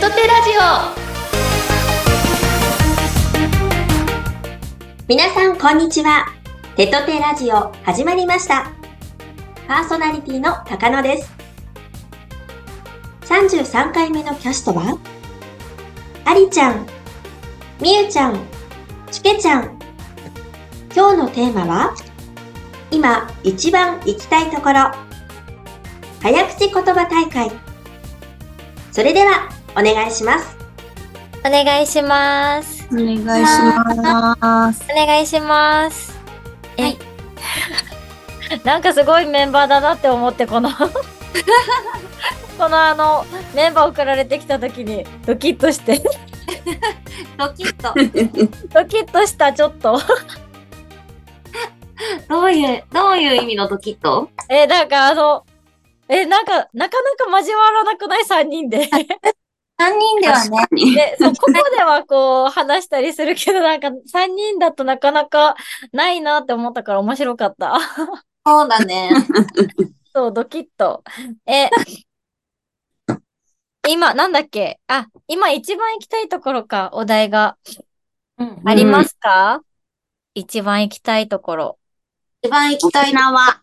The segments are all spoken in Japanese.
トテラジオ。 皆さんこんにちは。テトテラジオ始まりました。パーソナリティの高野です。33回目のキャストはありちゃん、みゆちゃん、ちけちゃん。今日のテーマは今一番行きたいところ、早口言葉大会。それではお願いします。 お願いします。 お願いします。 お願いします。 はい。 なんかすごいメンバーだなって思って、このメンバー送られてきた時にドキッとしてドキッとドキッとした。ちょっとどういう意味のドキッと？ なんかなんかなかなか交わらなくない？3人で 3人ではね。 で、ここではこう話したりするけど、なんか3人だとなかなかないなって思ったから面白かった。 そうだね。 そう、ドキッと。今、なんだっけ？今一番行きたいところか、お題が。ありますか？一番行きたいところ。 一番行きたい。 沖縄。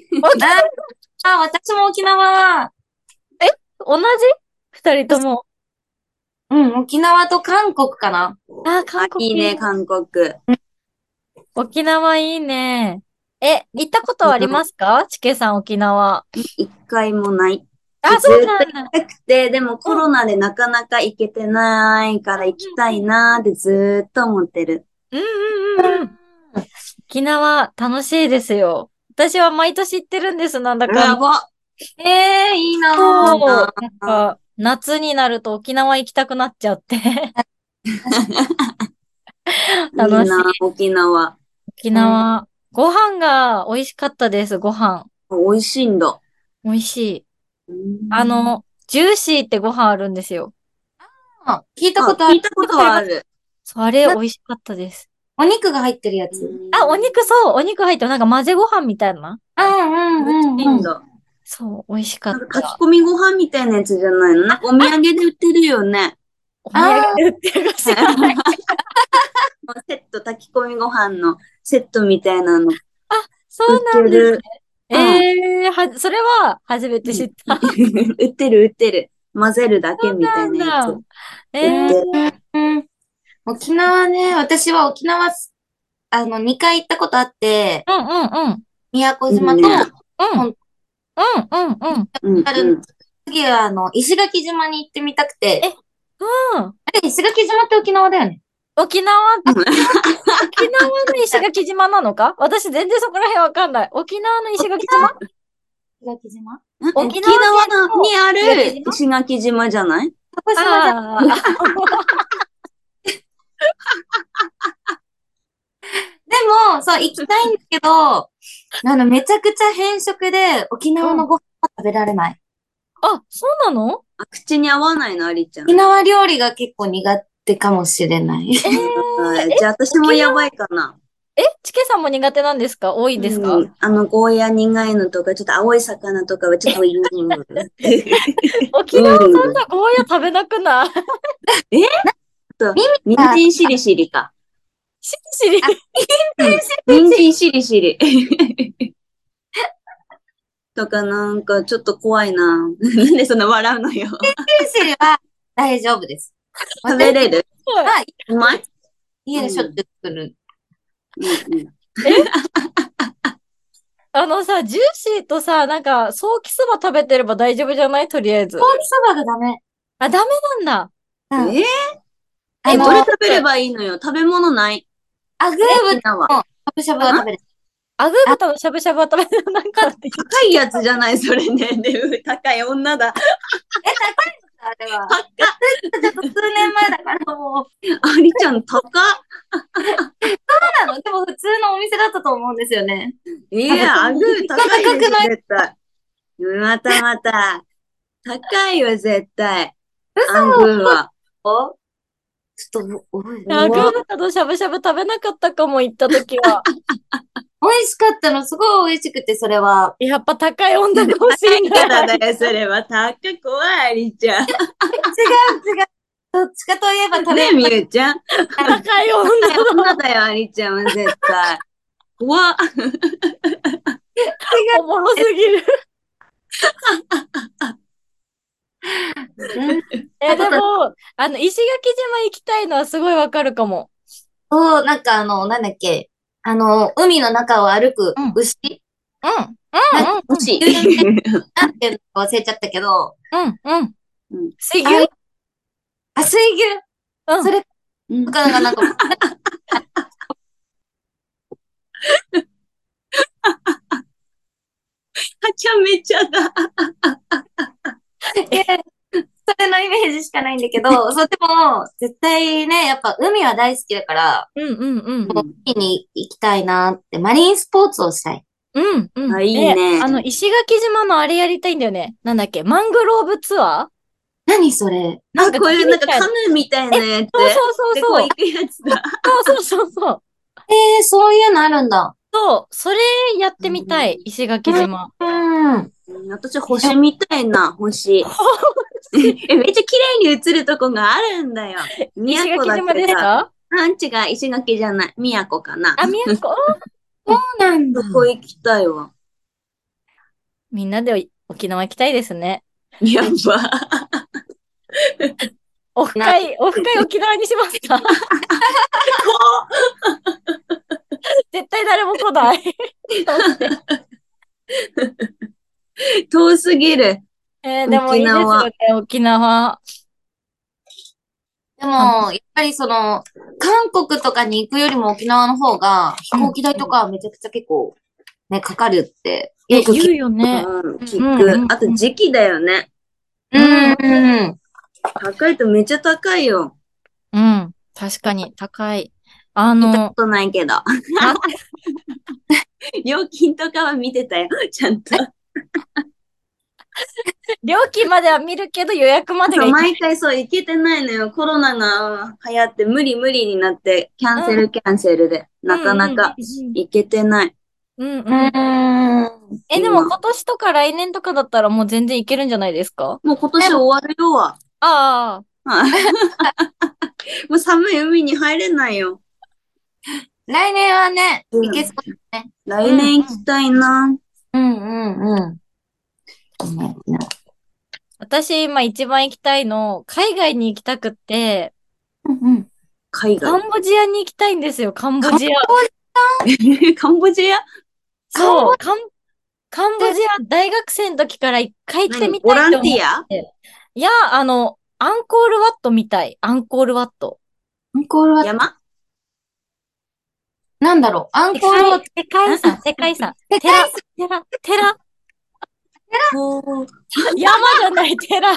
私も沖縄。 同じ？2人とも。 沖縄と韓国かな。 韓国。 いいね、韓国。 沖縄いいね。行ったことはありますか？ちけさん、沖縄。 一回もない。 そうなんだ。 ずっと行きたくて、でもコロナでなかなか行けてないから行きたいなーってずーっと思ってる。 沖縄、楽しいですよ。私は毎年行ってるんです、なんだか。 やば。 いいなそう。 ぁ。 なんか、夏になると沖縄行きたくなっちゃって。楽しい。 いいな、沖縄。 沖縄、ご飯が美味しかったです、ご飯。 美味しいんだ。 美味しい。ジューシーってご飯あるんですよ。 聞いたことある。 聞いたことはある。 そう、あれ美味しかったです。 お肉が入ってるやつ。 お肉入ってる。なんか混ぜご飯みたいな。 いいんだ。 そう、美味しかった。 なんか炊き込みご飯みたいなやつじゃないの？なんかお土産で売ってるよね。 お土産で売ってるかしらない。 セット、炊き込みご飯のセットみたいなの。 そうなんですね。それは初めて知った。 売ってる。混ぜるだけみたいなやつ。 沖縄ね、私は沖縄、2回行ったことあって、宮古島と、次は石垣島に行ってみたくて。石垣島って沖縄だよね。 沖縄の石垣島なのか？私全然そこら辺わかんない。沖縄の石垣島？ 石垣島？ 沖縄にある石垣島じゃない？ 鹿児島じゃん。でも、そう、行きたいんだけど、めちゃくちゃ偏食で、沖縄のご飯は食べられない。 そうなの？ 口に合わないの、ありちゃん。 沖縄料理が結構苦手かもしれない。 じゃあ私もやばいかな。 ちけさんも苦手なんですか？多いですか？ ゴーヤ苦いのとか、ちょっと青い魚とかはちょっといい。 沖縄さんがゴーヤ食べなくない？ 人参しりしりか。 しりしり。 人参しりしり。とかなんかちょっと怖いな。なんでそんな笑うのよ。 人参しりは大丈夫です。 食べれる？ はい。 うまい？ 家でしょって作る。 ジューシーとさ、なんか、ソーキそば食べてれば大丈夫じゃない？とりあえず。 ソーキそばがダメ。 ダメなんだ。 どれ食べればいいのよ？食べ物ない。 アグー豚のしゃぶしゃぶは食べる。 アグー豚のしゃぶしゃぶは食べる。なんか、 高いやつじゃない、それね。高い女だ。 高いのか、あれは。ちょっと数年前だからもう。 ありちゃん、高っ。 そうなの？でも普通のお店だったと思うんですよね。 いや、アグー高いでしょ、絶対。また。高いわ、絶対。アグーは。 ちょっと、 アグー豚のしゃぶしゃぶ食べなかったかも、行った時は。 美味しかったの、すごい美味しくて、それは。 やっぱ高い女が欲しいからだよ、それは。怖い、ありちゃん。 めっちゃ違う。どっちかといえば食べねえ、みゆちゃん。 高い女の女だよ、ありちゃんは絶対。怖っ。 おもろすぎる。でも、石垣島行きたいのはすごいわかるかも。 そう、なんかなんだっけ。海の中を歩くうん牛、 うん。 なんか牛。 有名なんていうのか忘れちゃったけど、水牛。水牛。それとかなんか、 はちゃめちゃだ。 それのイメージしかないんだけど、そう、でも、絶対ね、やっぱ海は大好きだから、海に行きたいなって、マリンスポーツをしたい。 あ、いいね。 石垣島のあれやりたいんだよね。なんだっけ、マングローブツアー。 何それ？ こういうなんかカヌーみたいなやつ。で、こう行くやつだ。 そう。 そういうのあるんだ。 そう、それやってみたい、石垣島。 私、星みたいな、星。めっちゃ綺麗に映るとこがあるんだよ。 石垣島ですか？ 違う、石垣じゃない。宮古かな。 宮古そうなんだ。 そこ行きたいわ。 みんなで沖縄行きたいですね。 やば。 オフ会沖縄にしますか？絶対誰も来ない。 遠すぎる。 でもいいですよね、沖縄。 でも、やっぱり韓国とかに行くよりも沖縄の方が、飛行機代とかめちゃくちゃ結構、ね、かかるって。 言うよね。 聞く。あと時期だよね。高いとめっちゃ高いよ。 確かに、高い。 見たことないけど。料金とかは見てたよ、ちゃんと。 料金までは見るけど予約までが毎回そう、行けてないのよ。コロナが流行って無理になって、キャンセルで、なかなか行けてない。 でも今年とか来年とかだったらもう全然行けるんじゃないですか？ もう今年終わるよわ。 ああ。 もう寒い海に入れないよ。 来年はね、行けそうですね。 来年行きたいな。 私今一番行きたいの、海外に行きたくって、 海外。 カンボジアに行きたいんですよ、カンボジア。 カンボジア？ そう、カンボジア大学生の時から一回行ってみたいと思って。 ボランティア？ いや、アンコールワットみたい。アンコールワット。 アンコールワット。 山？ なんだろう。アンコールワット。 世界遺産。寺。山じゃない寺。怒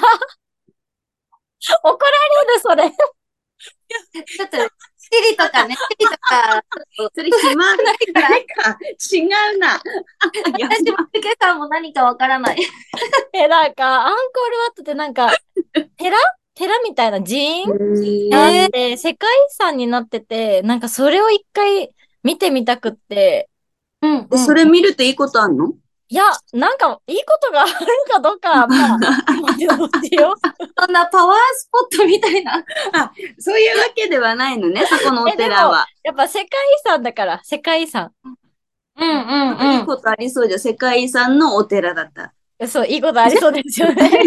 られる、それ。 ちょっと、チリとかね、 それ決まんないからか。違うな。 私もペケさんも何かわからない。 なんか、アンコールワットってなんか、寺みたいな寺院があって、世界遺産になってて、なんかそれを一回見てみたくって。 それ見るといいことあんの？ いや、なんか、いいことがあるかどうか、まあ、どっちよ。 そんなパワースポットみたいな。 そういうわけではないのね、そこのお寺は。 やっぱ世界遺産だから、世界遺産。 いいことありそうじゃん、世界遺産のお寺だった。 そう、いいことありそうですよね。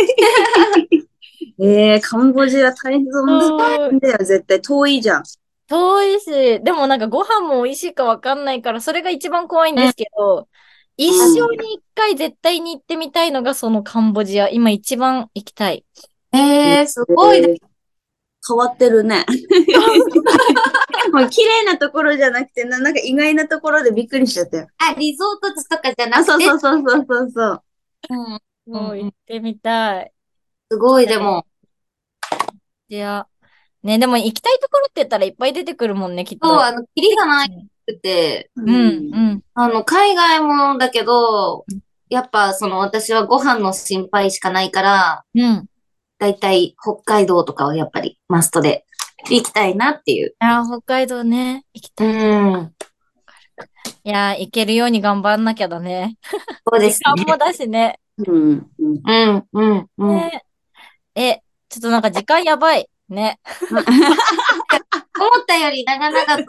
カンボジア大変なんだよ、絶対遠いじゃん。 遠いし、でもなんかご飯も美味しいかわかんないから、それが一番怖いんですけど、一生に一回絶対に行ってみたいのがそのカンボジア。今一番行きたい。 すごい。 変わってるね。もう綺麗なところじゃなくてなんか意外なところでびっくりしちゃったよ。 リゾート地とかじゃなくて。 そう。 もう行ってみたい。 すごい、でも。 いや。ね、でも行きたいところって言ったらいっぱい出てくるもんね、きっと。 そう、キリがないくて。海外もだけど、やっぱ私はご飯の心配しかないから、だいたい北海道とかはやっぱりマストで行きたいなっていう。 北海道ね、行きたい。いや、行けるように頑張んなきゃだね。 そうですね。 時間もだしね。 ちょっとなんか時間やばい。ね。 思ったより長々と。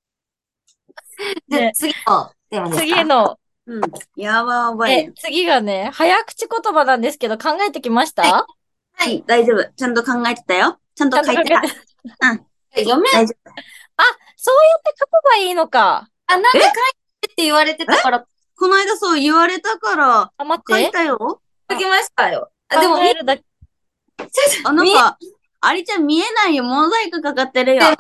で、 ね次のテーマですか？ 次の、 うん。やばいね。 次がね、早口言葉なんですけど考えてきました？ はうんい。 大丈夫。ちゃんと考えてたよ。ちゃんと書いてた。 ちゃんと考えて。 うん。 読め、 大丈夫。 あ、そうやって書けばいいのか。 なんか書いてって言われてたから、 この間そう言われたからあ、待っ書いて。 たよ。 書きましたよ。でも、 考えるだけ。 あ、なんか、ありちゃん見えないよ。モザイクかかってるよ。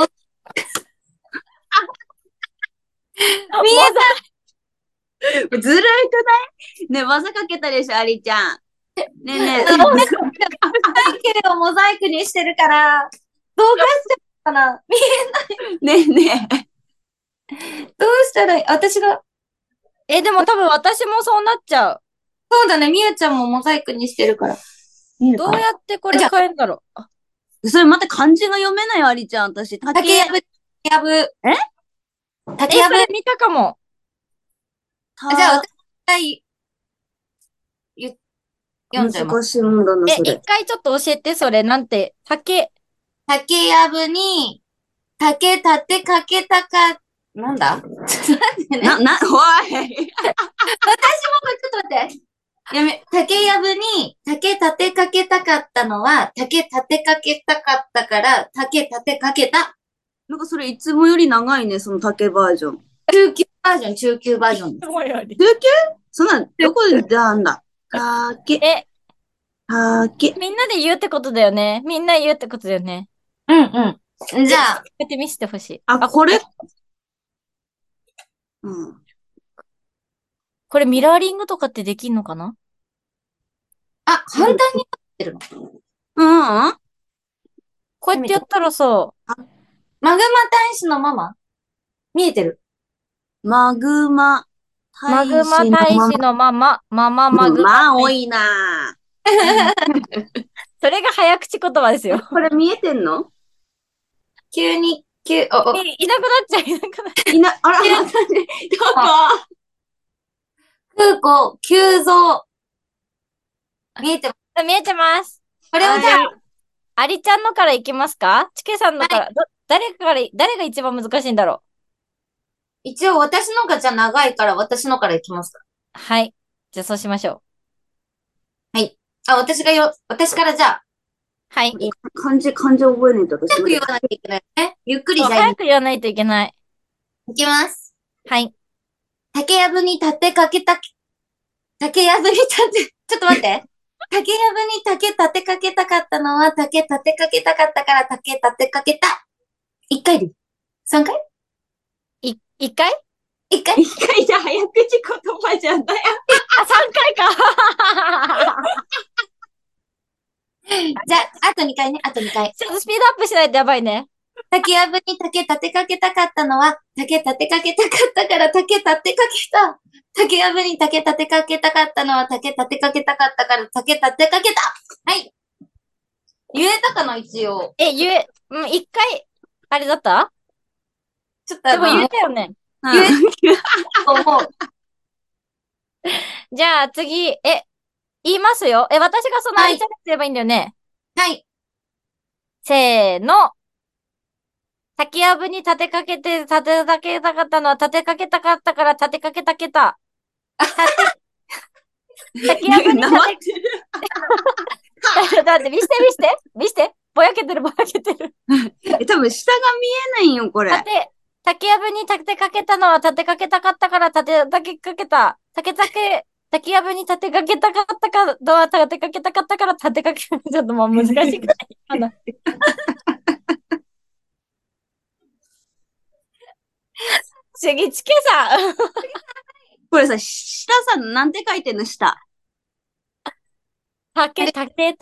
見えずるいくないね、技かけたでしょ、ありちゃん。ねえねた。モザイクをモザイクにしてるから、どうかしてるかな？ え、ねえねどうしたらいい？私が、 でも多分私もそうなっちゃう。 そうだね、みゆちゃんもモザイクにしてるから。 どうやってこれ変えるんだろう。 え。それまた漢字が読めないよ、ありちゃん。私、 竹やぶ、竹やぶ。 え竹やぶ。 それ見たかも。 じゃあ、私が読んじゃいます。 難しいもんだな、そ一れ。 回ちょっと教えて、それ。なんて、 竹やぶに、竹立てかけたか、なんだ？ちょっと待ってね。 おい。 ちょっと待って。竹やぶに竹立てかけたかったのは、竹立てかけたかったから、竹立てかけた。 なんかそれいつもより長いね、その竹バージョン。 中級バージョン、中級バージョンです。 中級そんな、どこであんだ竹、竹。 みんなで言うってことだよね。みんな言うってことだよね。 うんうん。じゃあ、 こうやって見せてほしい。 あ、これうん。 これミラーリングとかってできんのかな？ 反対になってるの。 うんこうやってやったらさ、 マグマ大使のママ見えてる。 マグママグマ大使のマママグマ。 多いなそれが早口言葉ですよ。 これ見えてんの急に、 いなくなっちゃう、いなくなっちゃあら、どこ空港、急増。見えてます。 う。見えてます。 これをじゃあ、 アリちゃんのからいきますか？チケさんのから、誰が一番難しいんだろ一応私のがじゃあ長いから私のからいきますか。 う。はい。じゃあそうしましょう。 はい。私からじゃあ、 はい。 漢字覚えないと私。 早く言わなきゃいけないね。ゆっくりじゃあ早く言わないといけない。 いきます。 はい。 竹やぶに立てかけた、竹やぶに立て、ちょっと待って。竹やぶに竹立てかけたかったのは竹立てかけたかったから竹立てかけた。一回で。三回？ 一回一回？ 一回じゃ早口言葉じゃない。 あ、三回か。 じゃあ、あと二回ね、あと二回。 ちょっとスピードアップしないとやばいね。 竹やぶに竹立てかけたかったのは、竹立てかけたかったから竹立てかけた。竹やぶに竹立てかけたかったのは、竹立てかけたかったから竹立てかけた。はい。言えたかな、一応。 一回、あれだった？ ちょっとでも言えたよね。 言えたと思う。 じゃあ次、言いますよ。私がそのアイチャレンジすればいいんだよね。 はい。 せーの。竹やぶに立てかけて、立てかけたかったのは、立てかけたかったから立てかけたけた。竹やぶに立て、だって見して。ぼやけてる。 多分下が見えないよ、これ。 竹やぶに立てかけたのは立てかけたかったから立てかけた。竹やぶに立てかけたかったから、立てかけたかったから立てかけた。ちょっともう難しくないかな。次、チケさん。 これさ、下さ、なんて書いてんの下。 竹か。 竹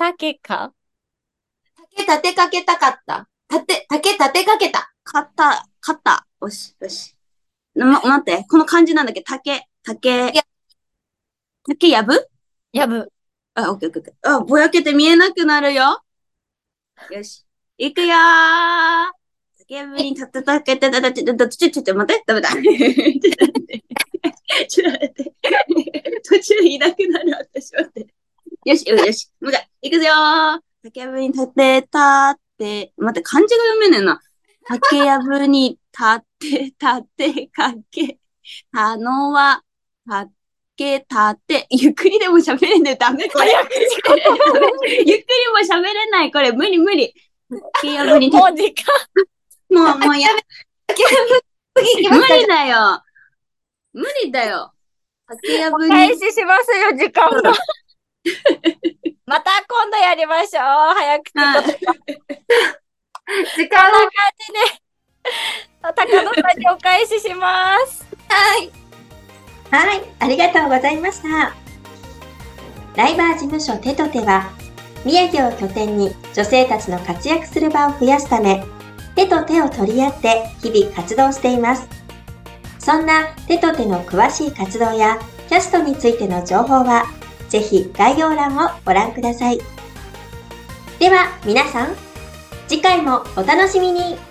立てかけたかった。竹立てかけた。 肩。よし。待って、この漢字なんだっけ竹やぶ。あ、オッケー。あ、ぼやけて見えなくなるよ。よし。いくよー。竹やぶに立てかけて、ちょ、待って、ダメだ。ちょっと待って。途中いなくなる、私待って。よし。もう一回、いくぞー。 竹やぶに立てたって、待って、漢字が読めねえな。竹やぶに立てかけたのは、竹立て、ゆっくりでも喋れねえ。ダメこれ。ゆっくりも喋れない。これ、無理。竹やぶにもう時間。 もうやめ。無理だよ。無理だよ。竹やぶに。 開始しますよ、時間が。また今度やりましょう。早口言葉。 時こんな感じで、高野さんにお返しします。 はい、ありがとうございました。ライバー事務所手と手は、宮城を拠点に女性たちの活躍する場を増やすため、手と手を取り合って日々活動しています。そんな手と手の詳しい活動やキャストについての情報は、ぜひ概要欄をご覧ください。では皆さん、次回もお楽しみに。